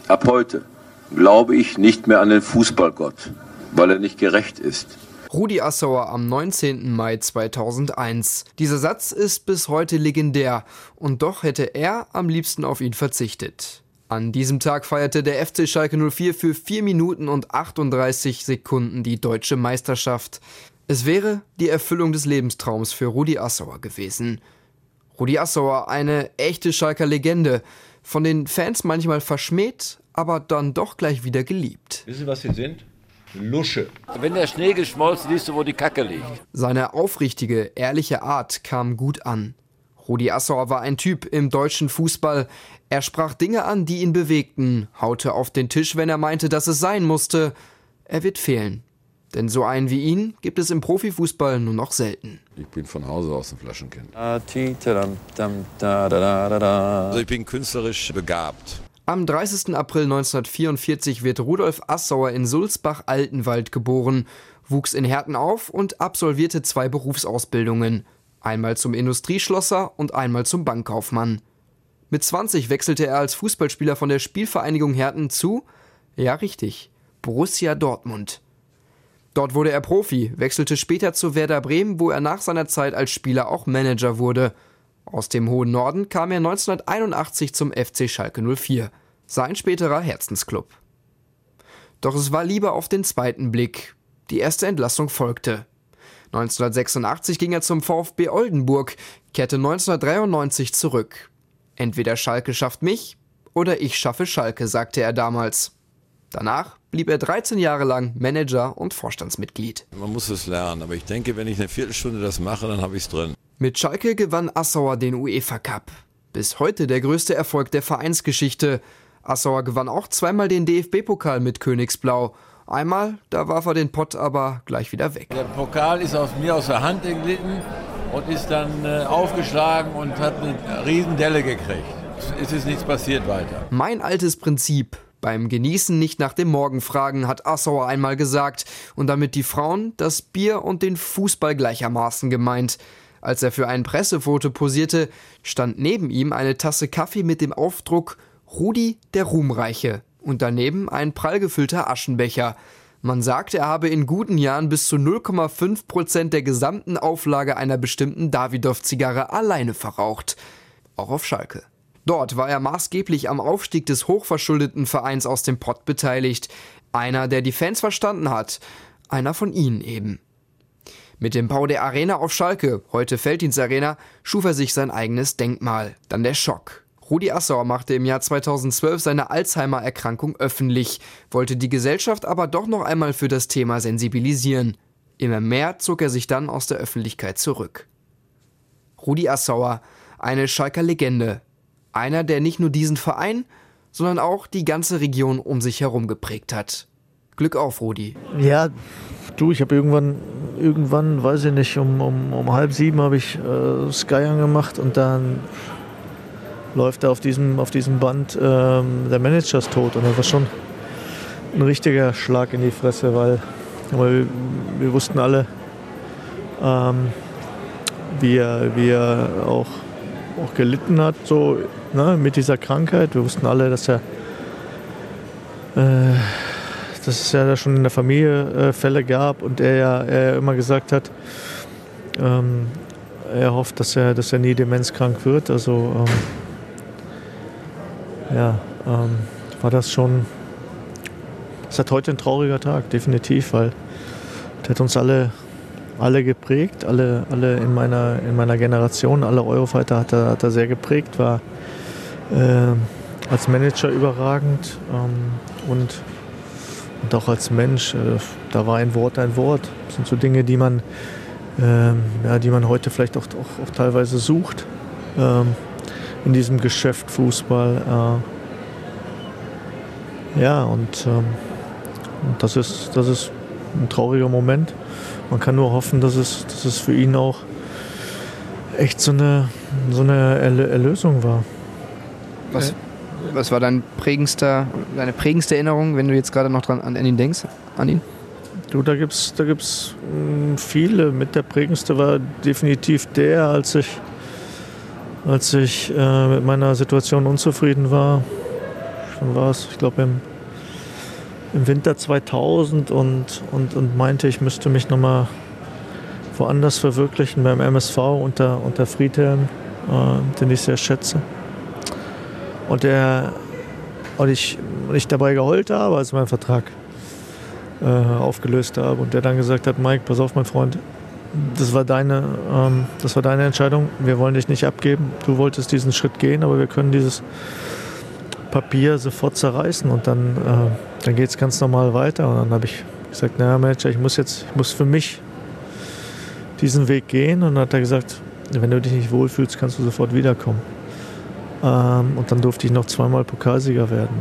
Ab heute glaube ich nicht mehr an den Fußballgott, weil er nicht gerecht ist. Rudi Assauer am 19. Mai 2001. Dieser Satz ist bis heute legendär und doch hätte er am liebsten auf ihn verzichtet. An diesem Tag feierte der FC Schalke 04 für 4 Minuten und 38 Sekunden die deutsche Meisterschaft. Es wäre die Erfüllung des Lebenstraums für Rudi Assauer gewesen. Rudi Assauer, eine echte Schalker Legende, von den Fans manchmal verschmäht, aber dann doch gleich wieder geliebt. Wissen Sie, was Sie sind? Lusche. Wenn der Schnee geschmolzen, siehst du, wo die Kacke liegt. Seine aufrichtige, ehrliche Art kam gut an. Rudi Assauer war ein Typ im deutschen Fußball. Er sprach Dinge an, die ihn bewegten, haute auf den Tisch, wenn er meinte, dass es sein musste. Er wird fehlen. Denn so einen wie ihn gibt es im Profifußball nur noch selten. Ich bin von Hause aus ein Flaschenkind. Also ich bin künstlerisch begabt. Am 30. April 1944 wird Rudolf Assauer in Sulzbach-Altenwald geboren, wuchs in Herten auf und absolvierte 2 Berufsausbildungen. Einmal zum Industrieschlosser und einmal zum Bankkaufmann. Mit 20 wechselte er als Fußballspieler von der Spielvereinigung Herten zu, ja richtig, Borussia Dortmund. Dort wurde er Profi, wechselte später zu Werder Bremen, wo er nach seiner Zeit als Spieler auch Manager wurde. Aus dem hohen Norden kam er 1981 zum FC Schalke 04, sein späterer Herzensklub. Doch es war Liebe auf den zweiten Blick. Die erste Entlassung folgte. 1986 ging er zum VfB Oldenburg, kehrte 1993 zurück. Entweder Schalke schafft mich oder ich schaffe Schalke, sagte er damals. Danach blieb er 13 Jahre lang Manager und Vorstandsmitglied. Man muss es lernen, aber ich denke, wenn ich eine Viertelstunde das mache, dann habe ich es drin. Mit Schalke gewann Assauer den UEFA Cup. Bis heute der größte Erfolg der Vereinsgeschichte. Assauer gewann auch 2-mal den DFB-Pokal mit Königsblau. Einmal, da warf er den Pott aber gleich wieder weg. Der Pokal ist mir aus der Hand geglitten und ist dann aufgeschlagen und hat eine riesen Delle gekriegt. Es ist nichts passiert weiter. Mein altes Prinzip. Beim Genießen nicht nach dem Morgen fragen, hat Assauer einmal gesagt. Und damit die Frauen, das Bier und den Fußball gleichermaßen gemeint. Als er für ein Pressefoto posierte, stand neben ihm eine Tasse Kaffee mit dem Aufdruck Rudi der Ruhmreiche und daneben ein prall gefüllter Aschenbecher. Man sagte, er habe in guten Jahren bis zu 0,5% der gesamten Auflage einer bestimmten Davidoff-Zigarre alleine verraucht. Auch auf Schalke. Dort war er maßgeblich am Aufstieg des hochverschuldeten Vereins aus dem Pott beteiligt. Einer, der die Fans verstanden hat. Einer von ihnen eben. Mit dem Bau der Arena auf Schalke, heute Felddienst-Arena, schuf er sich sein eigenes Denkmal. Dann der Schock. Rudi Assauer machte im Jahr 2012 seine Alzheimer-Erkrankung öffentlich, wollte die Gesellschaft aber doch noch einmal für das Thema sensibilisieren. Immer mehr zog er sich dann aus der Öffentlichkeit zurück. Rudi Assauer, eine Schalker Legende. Einer, der nicht nur diesen Verein, sondern auch die ganze Region um sich herum geprägt hat. Glück auf, Rudi. Ja, du, ich habe irgendwann, weiß ich nicht, um 6:30 habe ich Sky angemacht und dann läuft da auf diesem Band der Manager ist tot. Und das war schon ein richtiger Schlag in die Fresse, weil wir wussten alle, wie er auch gelitten hat, so, ne, mit dieser Krankheit. Wir wussten alle, dass es ja da schon in der Familie Fälle gab und er immer gesagt hat, er hofft, dass er nie demenzkrank wird. Also war das schon. Es hat heute ein trauriger Tag, definitiv, weil der hat uns alle geprägt, alle in meiner Generation, alle Eurofighter hat er sehr geprägt, war als Manager überragend und auch als Mensch, da war ein Wort. Das sind so Dinge, die man heute vielleicht auch teilweise sucht in diesem Geschäft Fußball. Und das ist ein trauriger Moment. Man kann nur hoffen, dass es für ihn auch echt so eine Erlösung war. Was war deine prägendste Erinnerung, wenn du jetzt gerade noch an ihn denkst? An ihn? Du, da gibt's viele. Mit der prägendste war definitiv der, als ich mit meiner Situation unzufrieden war. wann war es? Ich glaube im Winter 2000 und meinte, ich müsste mich nochmal woanders verwirklichen, beim MSV unter Friedhelm, den ich sehr schätze. Und ich dabei geheult habe, als ich meinen Vertrag aufgelöst habe. Und der dann gesagt hat, Mike, pass auf, mein Freund, das war deine Entscheidung. Wir wollen dich nicht abgeben. Du wolltest diesen Schritt gehen, aber wir können dieses Papier sofort zerreißen und dann geht es ganz normal weiter. Und dann habe ich gesagt, naja, Manager, ich muss für mich diesen Weg gehen. Und dann hat er gesagt, wenn du dich nicht wohlfühlst, kannst du sofort wiederkommen. Und dann durfte ich noch 2-mal Pokalsieger werden.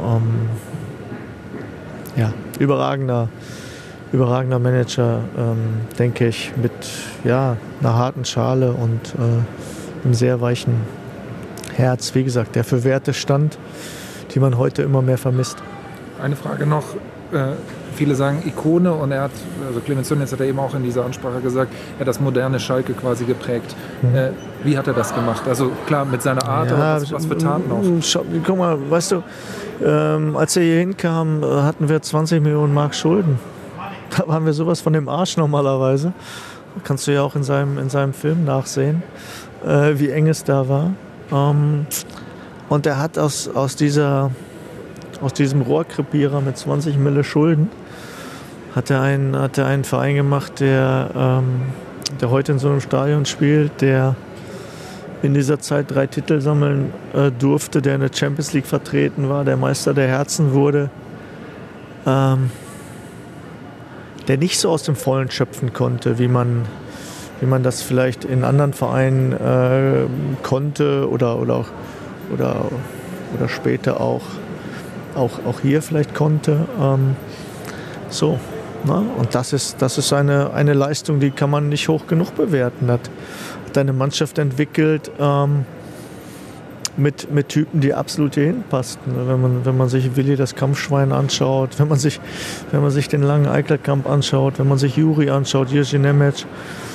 Überragender Manager, denke ich, mit einer harten Schale und einem sehr weichen Herz, wie gesagt, der für Werte stand, die man heute immer mehr vermisst. Eine Frage noch. Viele sagen Ikone und Clemens Tönnies hat er eben auch in dieser Ansprache gesagt, er hat das moderne Schalke quasi geprägt. Wie hat er das gemacht? Also klar, mit seiner Art, aber was für Taten auch? Guck mal, weißt du, als er hier hinkam, hatten wir 20 Millionen Mark Schulden. Da waren wir sowas von dem Arsch normalerweise. Kannst du ja auch in seinem Film nachsehen, wie eng es da war. Und er hat aus diesem Rohrkrepierer mit 20 Mille Schulden hat er einen Verein gemacht, der heute in so einem Stadion spielt, der in dieser Zeit 3 Titel sammeln durfte, der in der Champions League vertreten war, der Meister der Herzen wurde, der nicht so aus dem Vollen schöpfen konnte, wie man das vielleicht in anderen Vereinen konnte oder später auch hier vielleicht konnte. Und das ist eine Leistung, die kann man nicht hoch genug bewerten. Hat eine Mannschaft entwickelt mit Typen, die absolut hier hinpassten. Wenn man sich Willi das Kampfschwein anschaut, wenn man sich den langen Eiklerkamp anschaut, wenn man sich Juri anschaut, Jiří Nemec,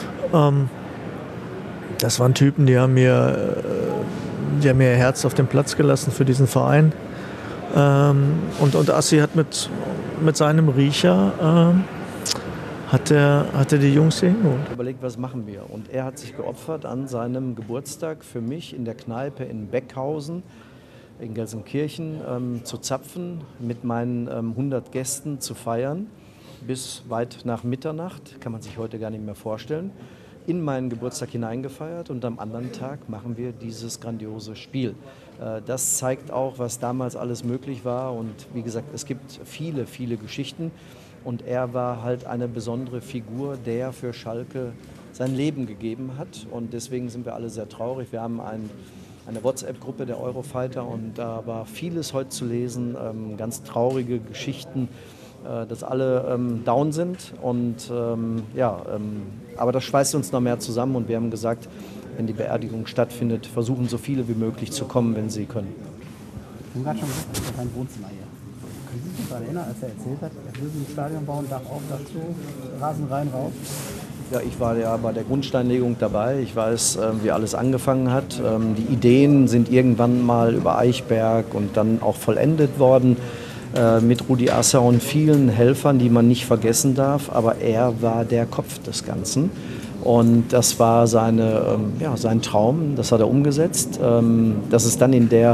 das waren Typen, die haben mir ihr Herz auf den Platz gelassen für diesen Verein. Und Assi hat mit seinem Riecher hat er die Jungs hier hingeholt. Überlegt, was machen wir? Und er hat sich geopfert an seinem Geburtstag für mich in der Kneipe in Beckhausen in Gelsenkirchen zu zapfen, mit meinen 100 Gästen zu feiern, bis weit nach Mitternacht, kann man sich heute gar nicht mehr vorstellen, in meinen Geburtstag hineingefeiert und am anderen Tag machen wir dieses grandiose Spiel. Das zeigt auch, was damals alles möglich war und wie gesagt, es gibt viele, viele Geschichten und er war halt eine besondere Figur, der für Schalke sein Leben gegeben hat und deswegen sind wir alle sehr traurig. Wir haben eine WhatsApp-Gruppe der Eurofighter und da war vieles heute zu lesen, ganz traurige Geschichten, dass alle down sind und aber das schweißt uns noch mehr zusammen und wir haben gesagt, wenn die Beerdigung stattfindet, versuchen so viele wie möglich zu kommen, wenn sie können. Ich bin gerade schon gesagt, das ist kein Wohnzimmer hier. Können Sie sich daran erinnern, als er erzählt hat, er will ein Stadion bauen, Dach auf, Dach zu, Rasen rein, raus? Ja, ich war ja bei der Grundsteinlegung dabei. Ich weiß, wie alles angefangen hat. Die Ideen sind irgendwann mal über Eichberg und dann auch vollendet worden mit Rudi Assauer und vielen Helfern, die man nicht vergessen darf. Aber er war der Kopf des Ganzen. Und das war sein Traum, das hat er umgesetzt. Dass es dann in der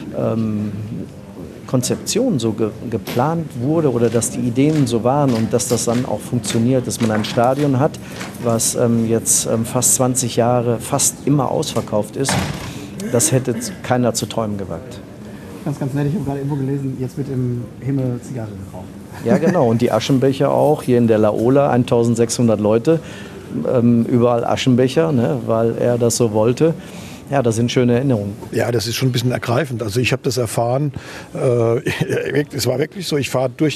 Konzeption so geplant wurde oder dass die Ideen so waren und dass das dann auch funktioniert, dass man ein Stadion hat, was jetzt fast 20 Jahre fast immer ausverkauft ist, das hätte keiner zu träumen gewagt. Ganz nett, ich habe gerade irgendwo gelesen, jetzt wird im Himmel Zigarre geraucht. Ja genau, und die Aschenbecher auch, hier in der Laola, 1600 Leute, überall Aschenbecher, ne, weil er das so wollte. Ja, das sind schöne Erinnerungen. Ja, das ist schon ein bisschen ergreifend. Also ich habe das erfahren, es war wirklich so, ich fahre durch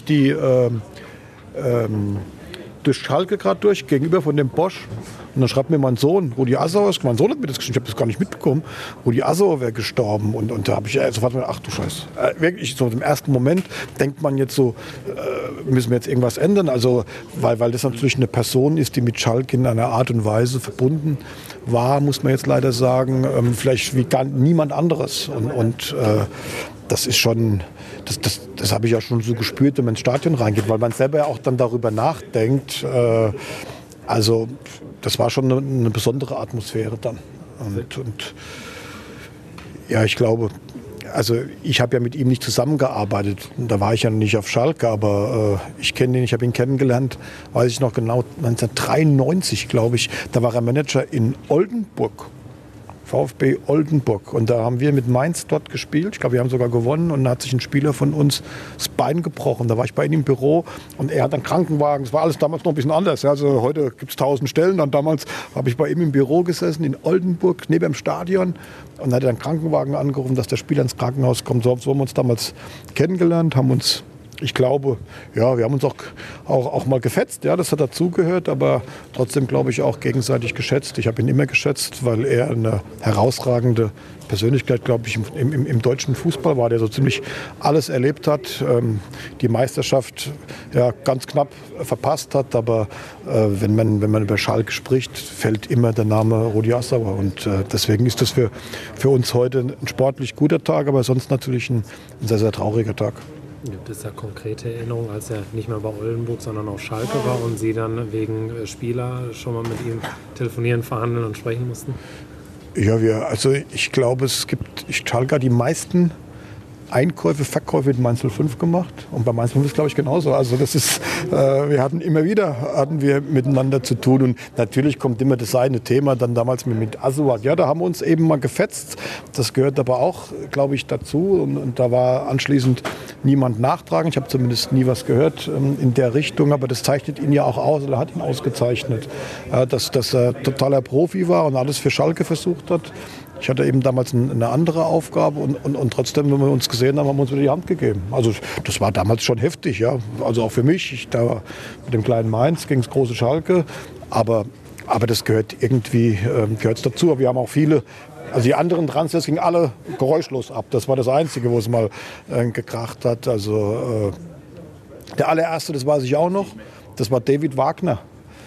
durch Schalke gerade durch, gegenüber von dem Bosch. Und dann schreibt mir mein Sohn, Rudi Assauer, mein Sohn hat mir das geschrieben, ich habe das gar nicht mitbekommen, Rudi Assauer wäre gestorben. Und da habe ich sofort gedacht, ach du Scheiße. Wirklich, so im ersten Moment denkt man jetzt so, müssen wir jetzt irgendwas ändern? Also, weil das natürlich eine Person ist, die mit Schalke in einer Art und Weise verbunden war, muss man jetzt leider sagen, vielleicht wie gar niemand anderes. Und das ist schon das habe ich ja schon so gespürt, wenn man ins Stadion reingeht, weil man selber ja auch dann darüber nachdenkt. Also das war schon eine besondere Atmosphäre dann. Und ja, ich glaube, also ich habe ja mit ihm nicht zusammengearbeitet. Da war ich ja nicht auf Schalke, aber ich kenne ihn, ich habe ihn kennengelernt, weiß ich noch genau, 1993, glaube ich. Da war er Manager in Oldenburg. VfB Oldenburg. Und da haben wir mit Mainz dort gespielt. Ich glaube, wir haben sogar gewonnen. Und da hat sich ein Spieler von uns das Bein gebrochen. Da war ich bei ihm im Büro und er hat einen Krankenwagen. Das war alles damals noch ein bisschen anders. Also heute gibt es 1000 Stellen. Dann damals habe ich bei ihm im Büro gesessen in Oldenburg, neben dem Stadion. Und hat einen Krankenwagen angerufen, dass der Spieler ins Krankenhaus kommt. So haben wir uns damals kennengelernt, haben uns, ich glaube, ja, wir haben uns auch mal gefetzt, ja, das hat dazugehört, aber trotzdem, glaube ich, auch gegenseitig geschätzt. Ich habe ihn immer geschätzt, weil er eine herausragende Persönlichkeit, glaube ich, im deutschen Fußball war, der so ziemlich alles erlebt hat, die Meisterschaft ja, ganz knapp verpasst hat, aber wenn man über Schalke spricht, fällt immer der Name Rudi Assauer und deswegen ist das für uns heute ein sportlich guter Tag, aber sonst natürlich ein sehr, sehr trauriger Tag. Gibt es da konkrete Erinnerungen, als er nicht mehr bei Oldenburg, sondern auf Schalke war und Sie dann wegen Spieler schon mal mit ihm telefonieren, verhandeln und sprechen mussten? Ja, also ich glaube, Schalke hat die meisten Einkäufe, Verkäufe mit Mainz 05 gemacht und bei Mainz 05 ist, glaube ich, genauso. Also das ist, wir hatten miteinander zu tun und natürlich kommt immer das eine Thema, dann damals mit Assauer. Ja, da haben wir uns eben mal gefetzt. Das gehört aber auch, glaube ich, dazu und da war anschließend niemand nachtragend. Ich habe zumindest nie was gehört in der Richtung, aber das zeichnet ihn ja auch aus, oder hat ihn ausgezeichnet, dass er totaler Profi war und alles für Schalke versucht hat. Ich hatte eben damals eine andere Aufgabe und trotzdem, wenn wir uns gesehen haben, haben wir uns wieder die Hand gegeben. Also das war damals schon heftig, ja. Also auch für mich. Da mit dem kleinen Mainz gegen das große Schalke. Aber das gehört irgendwie dazu. Aber wir haben auch viele. Also die anderen Transfers gingen alle geräuschlos ab. Das war das Einzige, wo es mal gekracht hat. Also der allererste, das weiß ich auch noch, das war David Wagner.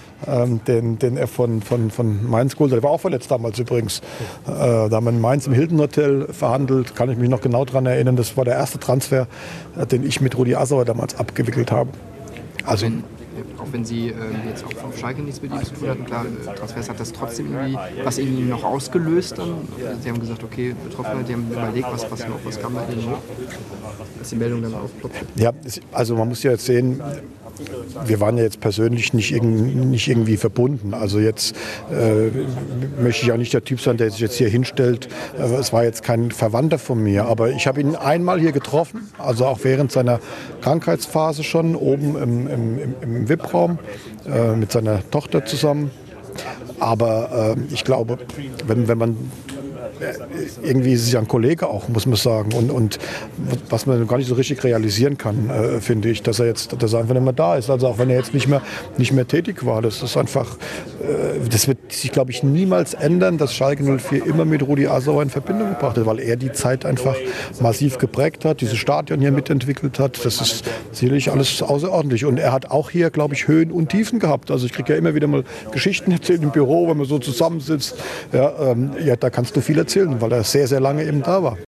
Den er von Mainz geholt hat. Der war auch verletzt damals übrigens. Da haben wir in Mainz im Hilton Hotel verhandelt, kann ich mich noch genau daran erinnern. Das war der erste Transfer, den ich mit Rudi Assauer damals abgewickelt habe. Also, auch wenn Sie jetzt auch auf Schalke nichts mit ihm zu tun hatten, klar, Transfers hat das trotzdem irgendwie was in Ihnen noch ausgelöst dann? Sie haben gesagt, okay, Betroffene, die haben überlegt, was kam da Ihnen hoch, dass die Meldung dann aufploppt? Ja, also man muss ja jetzt sehen, wir waren ja jetzt persönlich nicht irgendwie verbunden. Also jetzt möchte ich auch nicht der Typ sein, der sich jetzt hier hinstellt. Es war jetzt kein Verwandter von mir. Aber ich habe ihn einmal hier getroffen, also auch während seiner Krankheitsphase schon, oben im VIP-Raum mit seiner Tochter zusammen. Aber ich glaube, wenn man irgendwie ist es ja ein Kollege auch, muss man sagen. Und was man gar nicht so richtig realisieren kann, finde ich, dass er einfach nicht mehr da ist. Also auch wenn er jetzt nicht mehr tätig war. Das ist einfach, das wird sich, glaube ich, niemals ändern, dass Schalke 04 immer mit Rudi Assauer in Verbindung gebracht hat, weil er die Zeit einfach massiv geprägt hat, dieses Stadion hier mitentwickelt hat. Das ist sicherlich alles außerordentlich. Und er hat auch hier, glaube ich, Höhen und Tiefen gehabt. Also ich kriege ja immer wieder mal Geschichten erzählt im Büro, wenn man so zusammensitzt. Ja, da kannst du viel erzählen, weil er sehr, sehr lange eben da war.